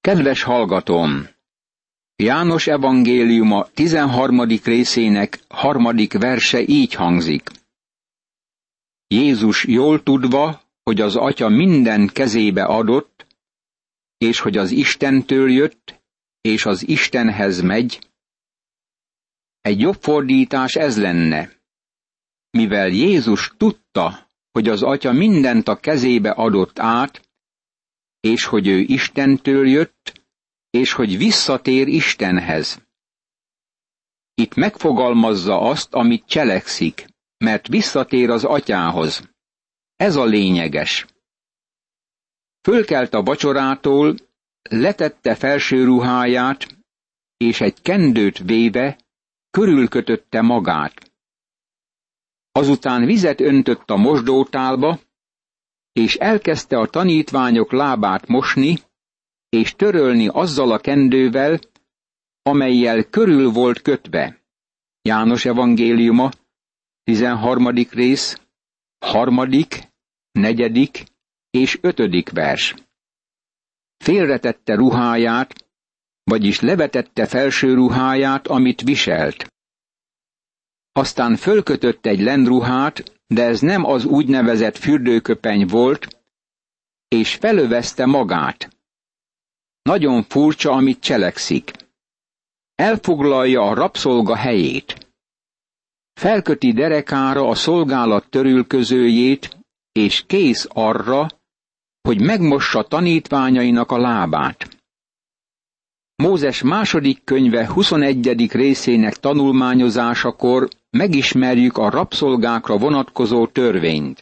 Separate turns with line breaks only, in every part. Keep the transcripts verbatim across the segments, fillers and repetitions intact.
Kedves hallgatóm! János evangéliuma tizenharmadik részének harmadik verse így hangzik. Jézus jól tudva, hogy az Atya minden kezébe adott, és hogy az Istentől jött, és az Istenhez megy. Egy jobb fordítás ez lenne. Mivel Jézus tudta, hogy az Atya mindent a kezébe adott át, és hogy ő Istentől jött, és hogy visszatér Istenhez. Itt megfogalmazza azt, amit cselekszik, mert visszatér az Atyához. Ez a lényeges. Fölkelt a vacsorától, letette felső ruháját, és egy kendőt véve körülkötötte magát. Azután vizet öntött a mosdótálba, és elkezdte a tanítványok lábát mosni, és törölni azzal a kendővel, amellyel körül volt kötve. János evangéliuma, tizenharmadik rész, harmadik, negyedik és ötödik vers. Félretette ruháját, vagyis levetette felső ruháját, amit viselt. Aztán fölkötött egy lenruhát, de ez nem az úgynevezett fürdőköpeny volt, és felövezte magát. Nagyon furcsa, amit cselekszik. Elfoglalja a rabszolga helyét. Felköti derekára a szolgálat törülközőjét, és kész arra, hogy megmossa tanítványainak a lábát. Mózes második könyve huszonegyedik részének tanulmányozásakor megismerjük a rabszolgákra vonatkozó törvényt.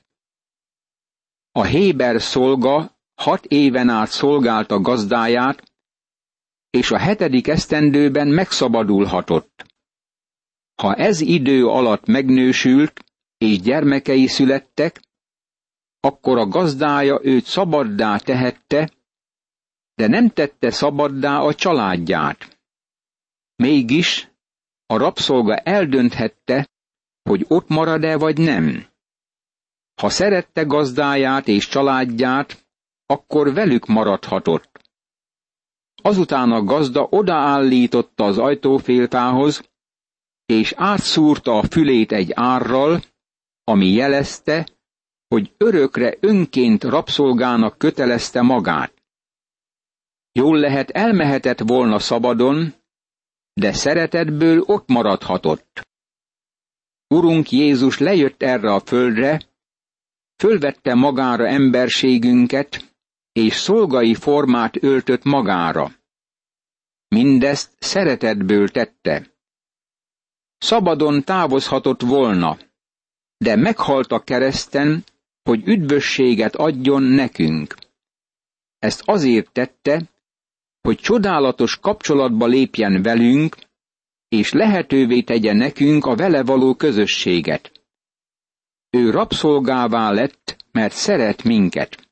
A héber szolga hat éven át szolgálta gazdáját, és a hetedik esztendőben megszabadulhatott. Ha ez idő alatt megnősült, és gyermekei születtek, akkor a gazdája őt szabaddá tehette, de nem tette szabaddá a családját. Mégis a rabszolga eldönthette, hogy ott marad-e vagy nem. Ha szerette gazdáját és családját, akkor velük maradhatott. Azután a gazda odaállította az ajtófélfához, és átszúrta a fülét egy árral, ami jelezte, hogy örökre önként rabszolgának kötelezte magát. Jól lehet, elmehetett volna szabadon, de szeretetből ott maradhatott. Urunk Jézus lejött erre a földre, fölvette magára emberségünket, és szolgai formát öltött magára. Mindezt szeretetből tette. Szabadon távozhatott volna, de meghalt a kereszten, hogy üdvösséget adjon nekünk. Ezt azért tette, hogy csodálatos kapcsolatba lépjen velünk, és lehetővé tegye nekünk a vele való közösséget. Ő rabszolgává lett, mert szeret minket.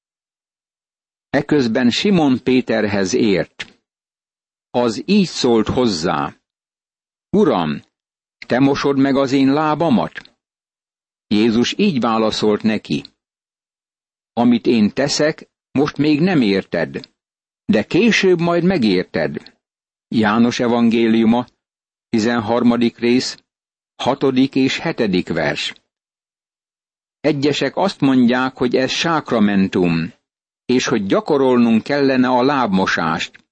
Eközben Simon Péterhez ért. Az így szólt hozzá: Uram, te mosod meg az én lábamat? Jézus így válaszolt neki: Amit én teszek, most még nem érted, de később majd megérted. János evangéliuma, tizenharmadik rész, hatodik és hetedik vers. Egyesek azt mondják, hogy ez sákramentum, és hogy gyakorolnunk kellene a lábmosást.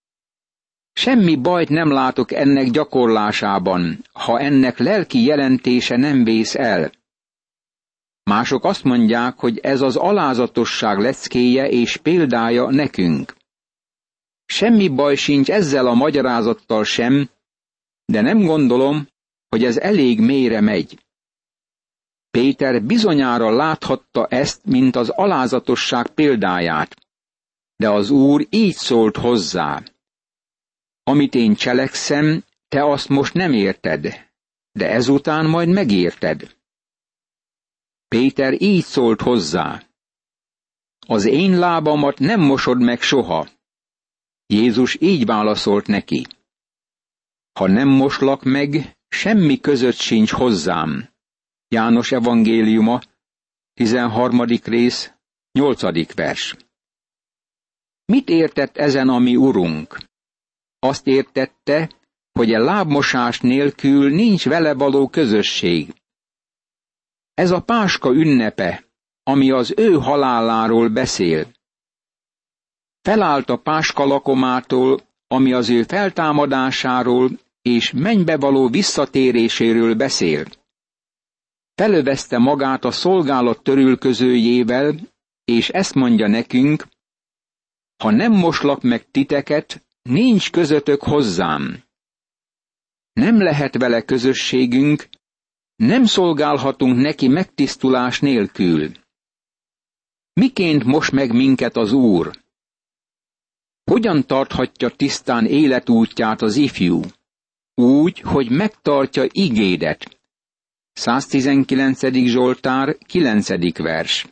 Semmi bajt nem látok ennek gyakorlásában, ha ennek lelki jelentése nem vész el. Mások azt mondják, hogy ez az alázatosság leckéje és példája nekünk. Semmi baj sincs ezzel a magyarázattal sem, de nem gondolom, hogy ez elég mélyre megy. Péter bizonyára láthatta ezt, mint az alázatosság példáját, de az Úr így szólt hozzá: Amit én cselekszem, te azt most nem érted, de ezután majd megérted. Péter így szólt hozzá: Az én lábamat nem mosod meg soha. Jézus így válaszolt neki: Ha nem moslak meg, semmi között sincs hozzám. János evangéliuma, tizenharmadik rész, nyolcadik vers. Mit értett ezen a mi Urunk? Azt értette, hogy a lábmosás nélkül nincs vele való közösség. Ez a Páska ünnepe, ami az ő haláláról beszél. Felállt a Páska lakomától, ami az ő feltámadásáról és mennybe való visszatéréséről beszél. Felövezte magát a szolgálat törülközőjével, és ezt mondja nekünk: ha nem moslak meg titeket, nincs közötök hozzám. Nem lehet vele közösségünk, nem szolgálhatunk neki megtisztulás nélkül. Miként mos meg minket az Úr? Hogyan tarthatja tisztán életútját az ifjú? Úgy, hogy megtartja igédet. száztizenkilencedik Zsoltár, kilencedik vers.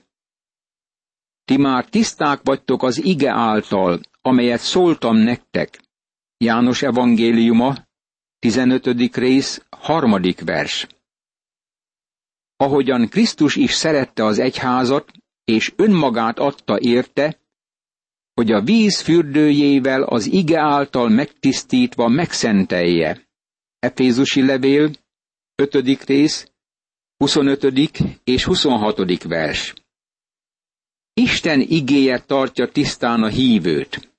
Ti már tiszták vagytok az ige által, amelyet szóltam nektek. János evangéliuma, tizenötödik rész, harmadik vers. Ahogyan Krisztus is szerette az egyházat, és önmagát adta érte, hogy a víz fürdőjével az ige által megtisztítva megszentelje. Efézusi levél, ötödik rész, huszonötödik és huszonhatodik vers. Isten igéje tartja tisztán a hívőt.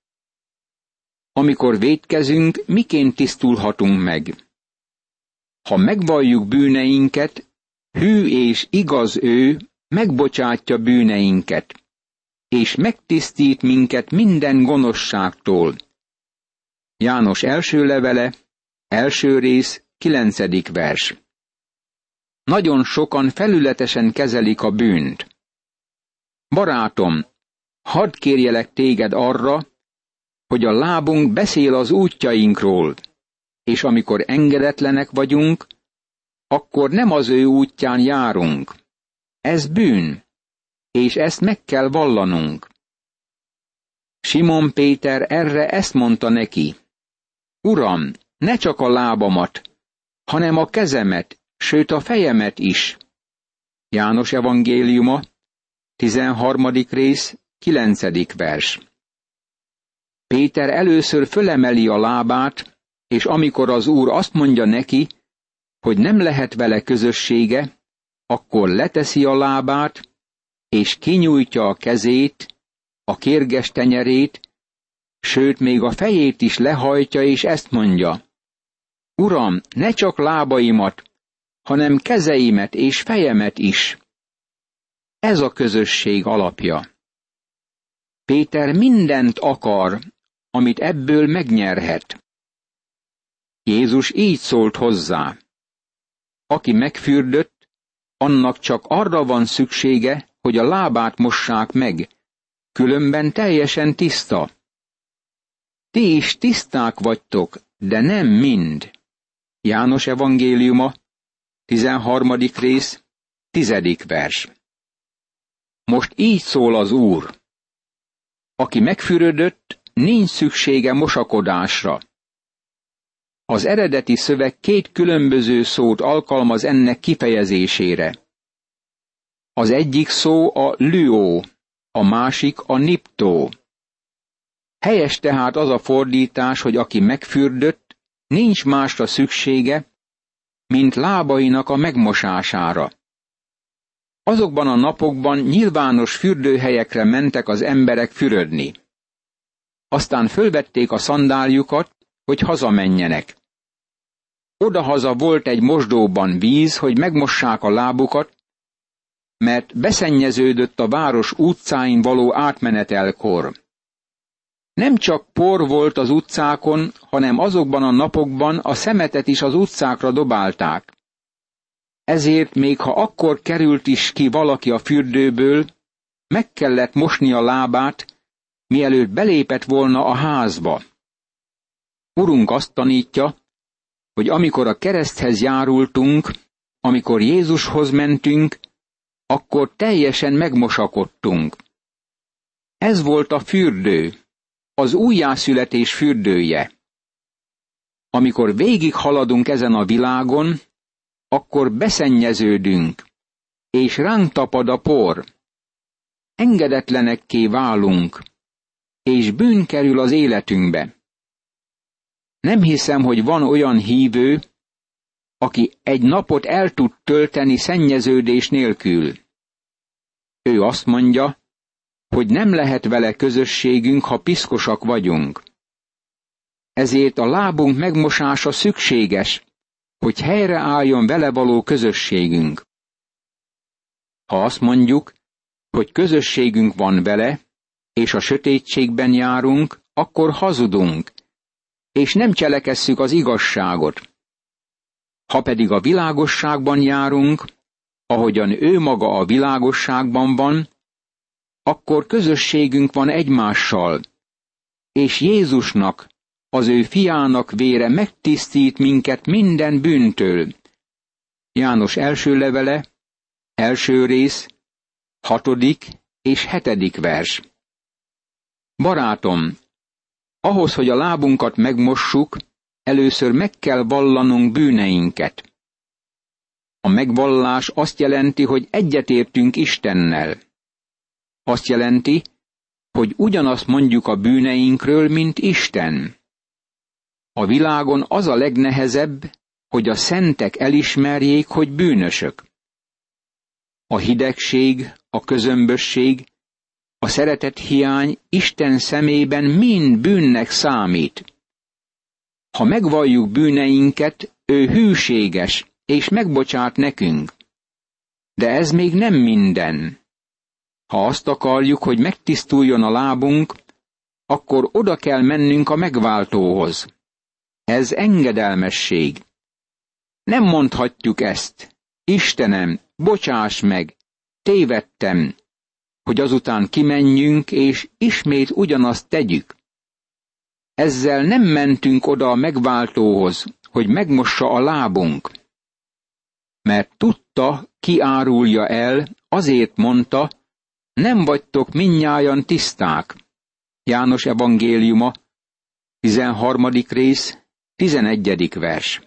Amikor vétkezünk, miként tisztulhatunk meg? Ha megvalljuk bűneinket, hű és igaz ő, megbocsátja bűneinket, és megtisztít minket minden gonoszságtól. János első levele, első rész, kilencedik vers. Nagyon sokan felületesen kezelik a bűnt. Barátom, hadd kérjelek téged arra, hogy a lábunk beszél az útjainkról, és amikor engedetlenek vagyunk, akkor nem az ő útján járunk. Ez bűn, és ezt meg kell vallanunk. Simon Péter erre ezt mondta neki: Uram, ne csak a lábamat, hanem a kezemet, sőt a fejemet is. János evangéliuma, tizenharmadik rész, kilencedik vers. Péter először fölemeli a lábát, és amikor az Úr azt mondja neki, hogy nem lehet vele közössége, akkor leteszi a lábát, és kinyújtja a kezét, a kérges tenyerét, sőt még a fejét is lehajtja, és ezt mondja: Uram, ne csak lábaimat, hanem kezeimet és fejemet is. Ez a közösség alapja. Péter mindent akar, amit ebből megnyerhet. Jézus így szólt hozzá: aki megfürdött, annak csak arra van szüksége, hogy a lábát mossák meg, különben teljesen tiszta. Ti is tiszták vagytok, de nem mind. János evangéliuma, tizenharmadik rész, tizedik vers. Most így szól az Úr: aki megfürödött, nincs szüksége mosakodásra. Az eredeti szöveg két különböző szót alkalmaz ennek kifejezésére. Az egyik szó a lüó, a másik a niptó. Helyes tehát az a fordítás, hogy aki megfürdött, nincs másra szüksége, mint lábainak a megmosására. Azokban a napokban nyilvános fürdőhelyekre mentek az emberek fürödni. Aztán fölvették a szandáljukat, hogy hazamenjenek. Odahaza volt egy mosdóban víz, hogy megmossák a lábukat, mert beszennyeződött a város utcáin való átmenetelkor. Nem csak por volt az utcákon, hanem azokban a napokban a szemetet is az utcákra dobálták. Ezért még ha akkor került is ki valaki a fürdőből, meg kellett mosni a lábát, mielőtt belépett volna a házba. Urunk azt tanítja, hogy amikor a kereszthez járultunk, amikor Jézushoz mentünk, akkor teljesen megmosakodtunk. Ez volt a fürdő, az újjászületés fürdője. Amikor végig haladunk ezen a világon, akkor beszennyeződünk, és ránk tapad a por. Engedetlenekké válunk. és bűn kerül az életünkbe. Nem hiszem, hogy van olyan hívő, aki egy napot el tud tölteni szennyeződés nélkül. Ő azt mondja, hogy nem lehet vele közösségünk, ha piszkosak vagyunk. Ezért a lábunk megmosása szükséges, hogy helyreálljon vele való közösségünk. Ha azt mondjuk, hogy közösségünk van vele, és a sötétségben járunk, akkor hazudunk, és nem cselekesszük az igazságot. Ha pedig a világosságban járunk, ahogyan ő maga a világosságban van, akkor közösségünk van egymással, és Jézusnak, az ő fiának vére megtisztít minket minden bűntől. János első levele, első rész, hatodik és hetedik vers. Barátom, ahhoz, hogy a lábunkat megmossuk, először meg kell vallanunk bűneinket. A megvallás azt jelenti, hogy egyetértünk Istennel. Azt jelenti, hogy ugyanazt mondjuk a bűneinkről, mint Isten. A világon az a legnehezebb, hogy a szentek elismerjék, hogy bűnösök. A hidegség, a közömbösség, a szeretethiány Isten szemében mind bűnnek számít. Ha megvalljuk bűneinket, ő hűséges, és megbocsát nekünk. De ez még nem minden. Ha azt akarjuk, hogy megtisztuljon a lábunk, akkor oda kell mennünk a megváltóhoz. Ez engedelmesség. Nem mondhatjuk ezt. Istenem, bocsáss meg, tévedtem, hogy azután kimenjünk, és ismét ugyanazt tegyük. Ezzel nem mentünk oda a megváltóhoz, hogy megmossa a lábunk. Mert tudta, ki árulja el, azért mondta, nem vagytok mindnyájan tiszták. János evangéliuma, tizenharmadik rész, tizenegyedik vers.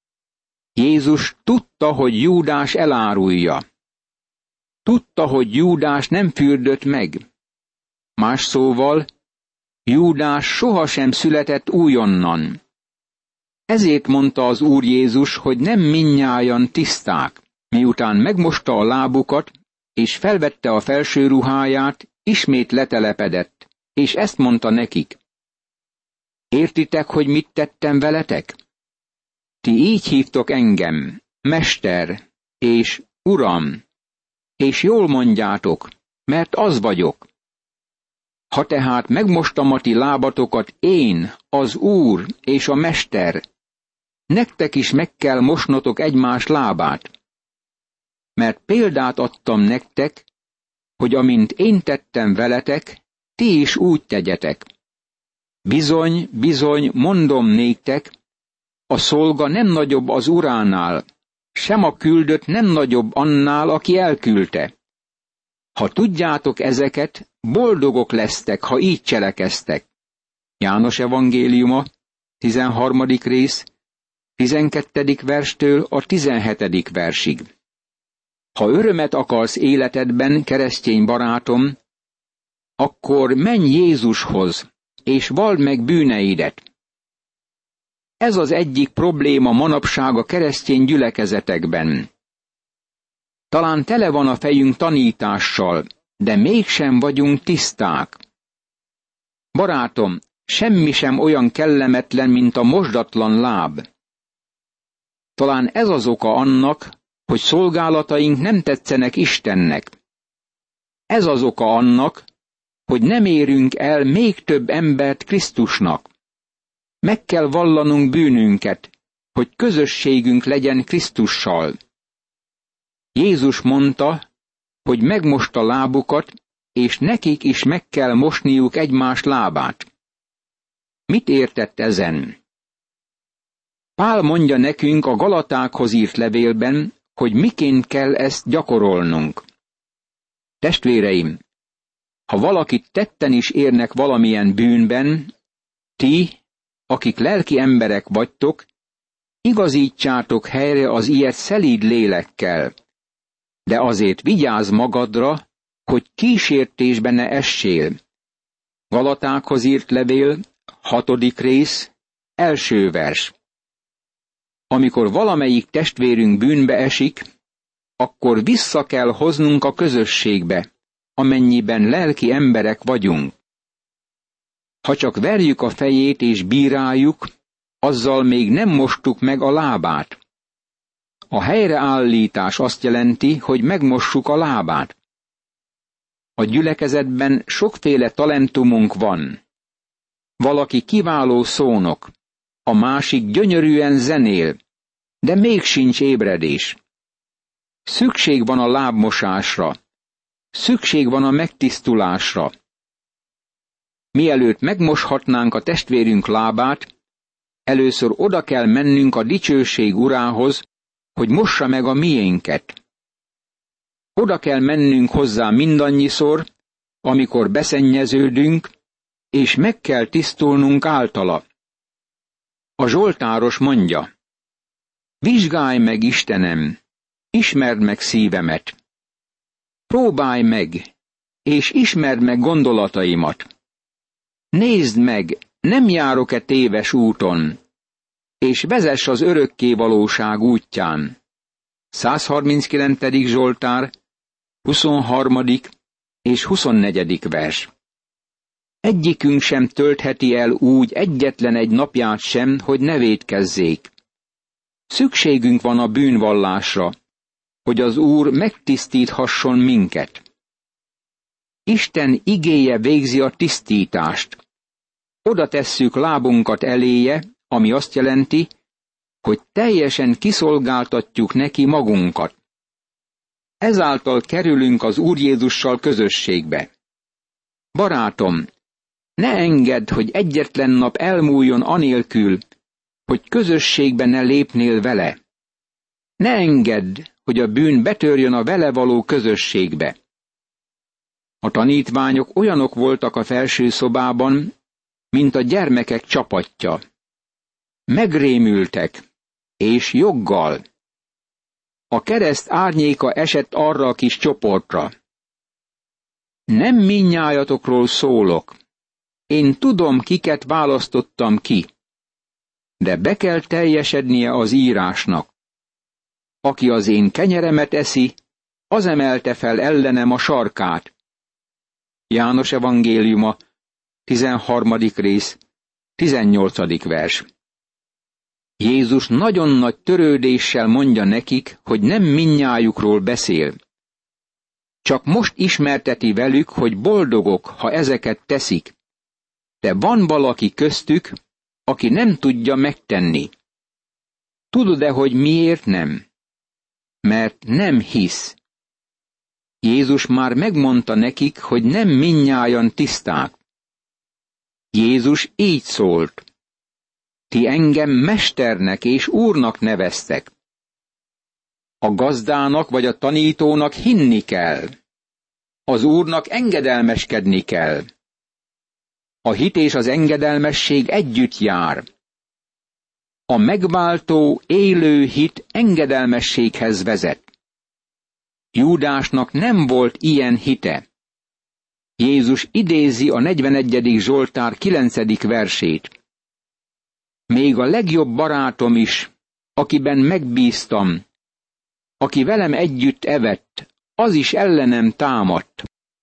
Jézus tudta, hogy Júdás elárulja. Tudta, hogy Júdás nem fürdött meg. Más szóval, Júdás sohasem született újonnan. Ezért mondta az Úr Jézus, hogy nem mindnyájan tiszták. Miután megmosta a lábukat, és felvette a felső ruháját, ismét letelepedett, és ezt mondta nekik. Értitek, hogy mit tettem veletek? Ti így hívtok engem, Mester, és Uram, és jól mondjátok, mert az vagyok. Ha tehát megmostam a ti lábatokat én, az Úr és a Mester, nektek is meg kell mosnotok egymás lábát. Mert példát adtam nektek, hogy amint én tettem veletek, ti is úgy tegyetek. Bizony, bizony, mondom néktek, a szolga nem nagyobb az uránál, sem a küldött nem nagyobb annál, aki elküldte. Ha tudjátok ezeket, boldogok lesztek, ha így cselekeztek. János evangéliuma, tizenharmadik rész, tizenkettedik verstől a tizenhetedik versig. Ha örömet akarsz életedben, keresztény barátom, akkor menj Jézushoz, és vald meg bűneidet. Ez az egyik probléma manapság a keresztény gyülekezetekben. Talán tele van a fejünk tanítással, de mégsem vagyunk tiszták. Barátom, semmi sem olyan kellemetlen, mint a mosdatlan láb. Talán ez az oka annak, hogy szolgálataink nem tetszenek Istennek. Ez az oka annak, hogy nem érünk el még több embert Krisztusnak. Meg kell vallanunk bűnünket, hogy közösségünk legyen Krisztussal. Jézus mondta, hogy megmosta lábukat, és nekik is meg kell mosniuk egymás lábát. Mit értett ezen? Pál mondja nekünk a Galatákhoz írt levélben, hogy miként kell ezt gyakorolnunk. Testvéreim, ha valakit tetten is érnek valamilyen bűnben, ti, akik lelki emberek vagytok, igazítsátok helyre az ilyet szelíd lélekkel, de azért vigyázz magadra, hogy kísértésbe ne essél. Galatákhoz írt levél, hatodik rész, első vers. Amikor valamelyik testvérünk bűnbe esik, akkor vissza kell hoznunk a közösségbe, amennyiben lelki emberek vagyunk. Ha csak verjük a fejét és bíráljuk, azzal még nem mostuk meg a lábát. A helyreállítás azt jelenti, hogy megmossuk a lábát. A gyülekezetben sokféle talentumunk van. Valaki kiváló szónok, a másik gyönyörűen zenél, de még sincs ébredés. Szükség van a lábmosásra, szükség van a megtisztulásra. Mielőtt megmoshatnánk a testvérünk lábát, először oda kell mennünk a dicsőség urához, hogy mossa meg a miénket. Oda kell mennünk hozzá mindannyiszor, amikor beszennyeződünk, és meg kell tisztulnunk általa. A zsoltáros mondja: vizsgálj meg, Istenem, ismerd meg szívemet. Próbálj meg, és ismerd meg gondolataimat. Nézd meg, nem járok-e téves úton, és vezess az örökké valóság útján. száz harminckilencedik Zsoltár, huszonharmadik és huszonnegyedik vers. Egyikünk sem töltheti el úgy egyetlen egy napját sem, hogy ne vétkezzék. Szükségünk van a bűnvallásra, hogy az Úr megtisztíthasson minket. Isten igéje végzi a tisztítást. Oda tesszük lábunkat eléje, ami azt jelenti, hogy teljesen kiszolgáltatjuk neki magunkat. Ezáltal kerülünk az Úr Jézussal közösségbe. Barátom, ne engedd, hogy egyetlen nap elmúljon anélkül, hogy közösségbe ne lépnél vele. Ne engedd, hogy a bűn betörjön a vele való közösségbe. A tanítványok olyanok voltak a felső szobában, mint a gyermekek csapatja. Megrémültek, és joggal. A kereszt árnyéka esett arra a kis csoportra. Nem mindnyájatokról szólok. Én tudom, kiket választottam ki. De be kell teljesednie az írásnak. Aki az én kenyeremet eszi, az emelte fel ellenem a sarkát. János evangéliuma, tizenharmadik rész, tizennyolcadik vers. Jézus nagyon nagy törődéssel mondja nekik, hogy nem mindnyájukról beszél. Csak most ismerteti velük, hogy boldogok, ha ezeket teszik. De van valaki köztük, aki nem tudja megtenni. Tudod-e, hogy miért nem? Mert nem hisz. Jézus már megmondta nekik, hogy nem mindnyájan tiszták. Jézus így szólt: ti engem mesternek és úrnak neveztek. A gazdának vagy a tanítónak hinni kell. Az úrnak engedelmeskedni kell. A hit és az engedelmesség együtt jár. A megváltó, élő hit engedelmességhez vezet. Júdásnak nem volt ilyen hite. Jézus idézi a negyvenegyedik Zsoltár kilencedik versét. Még a legjobb barátom is, akiben megbíztam, aki velem együtt evett, az is ellenem támadt.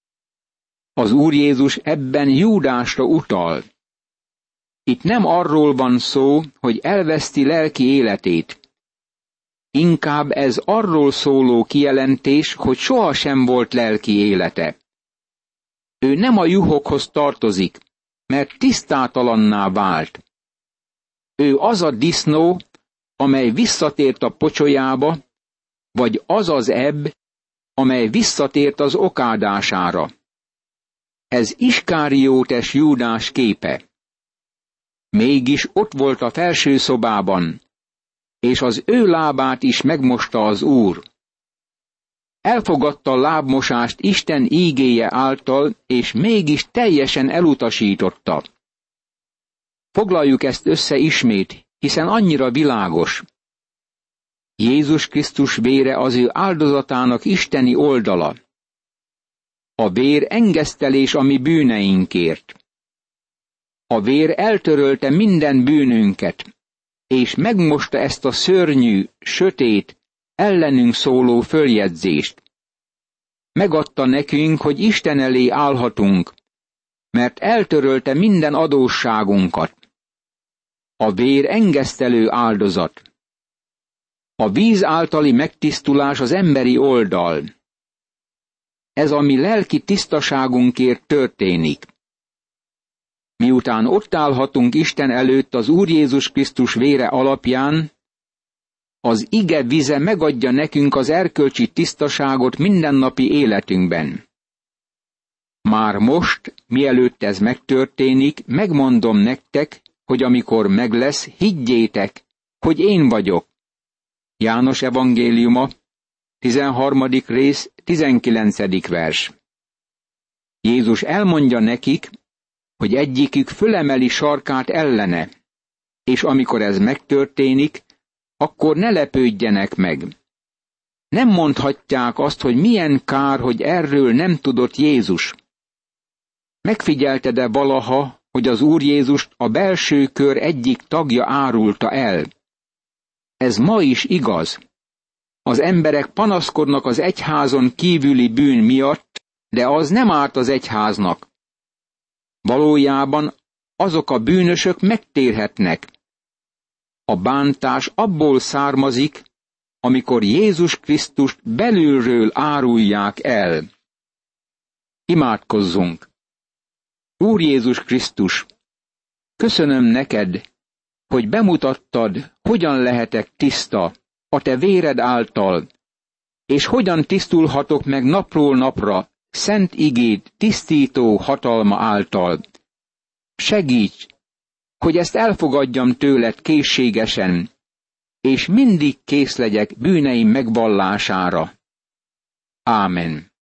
Az Úr Jézus ebben Júdásra utal. Itt nem arról van szó, hogy elveszti lelki életét. Inkább ez arról szóló kijelentés, hogy sohasem volt lelki élete. Ő nem a juhokhoz tartozik, mert tisztátalanná vált. Ő az a disznó, amely visszatért a pocsolyába, vagy az az ebb, amely visszatért az okádására. Ez Iskáriótes Júdás képe. Mégis ott volt a felső szobában, és az ő lábát is megmosta az Úr. Elfogadta a lábmosást Isten ígéje által, és mégis teljesen elutasította. Foglaljuk ezt össze ismét, hiszen annyira világos. Jézus Krisztus vére az ő áldozatának isteni oldala. A vér engesztelés a mi bűneinkért. A vér eltörölte minden bűnünket, és megmosta ezt a szörnyű, sötét, ellenünk szóló följegyzést. Megadta nekünk, hogy Isten elé állhatunk, mert eltörölte minden adósságunkat. A vér engesztelő áldozat. A víz általi megtisztulás az emberi oldal. Ez a mi lelki tisztaságunkért történik. Miután ott állhatunk Isten előtt az Úr Jézus Krisztus vére alapján, az ige vize megadja nekünk az erkölcsi tisztaságot mindennapi életünkben. Már most, mielőtt ez megtörténik, megmondom nektek, hogy amikor meg lesz, higgyétek, hogy én vagyok. János evangéliuma, tizenharmadik rész, tizenkilencedik vers. Jézus elmondja nekik, hogy egyikük fölemeli sarkát ellene, és amikor ez megtörténik, akkor ne lepődjenek meg. Nem mondhatják azt, hogy milyen kár, hogy erről nem tudott Jézus. Megfigyelted-e valaha, hogy az Úr Jézust a belső kör egyik tagja árulta el? Ez ma is igaz. Az emberek panaszkodnak az egyházon kívüli bűn miatt, de az nem árt az egyháznak. Valójában azok a bűnösök megtérhetnek. A bántás abból származik, amikor Jézus Krisztust belülről árulják el. Imádkozzunk! Úr Jézus Krisztus, köszönöm neked, hogy bemutattad, hogyan lehetek tiszta a te véred által, és hogyan tisztulhatok meg napról napra szent igéd tisztító hatalma által. Segíts, hogy ezt elfogadjam tőled készségesen, és mindig kész legyek bűneim megvallására. Ámen.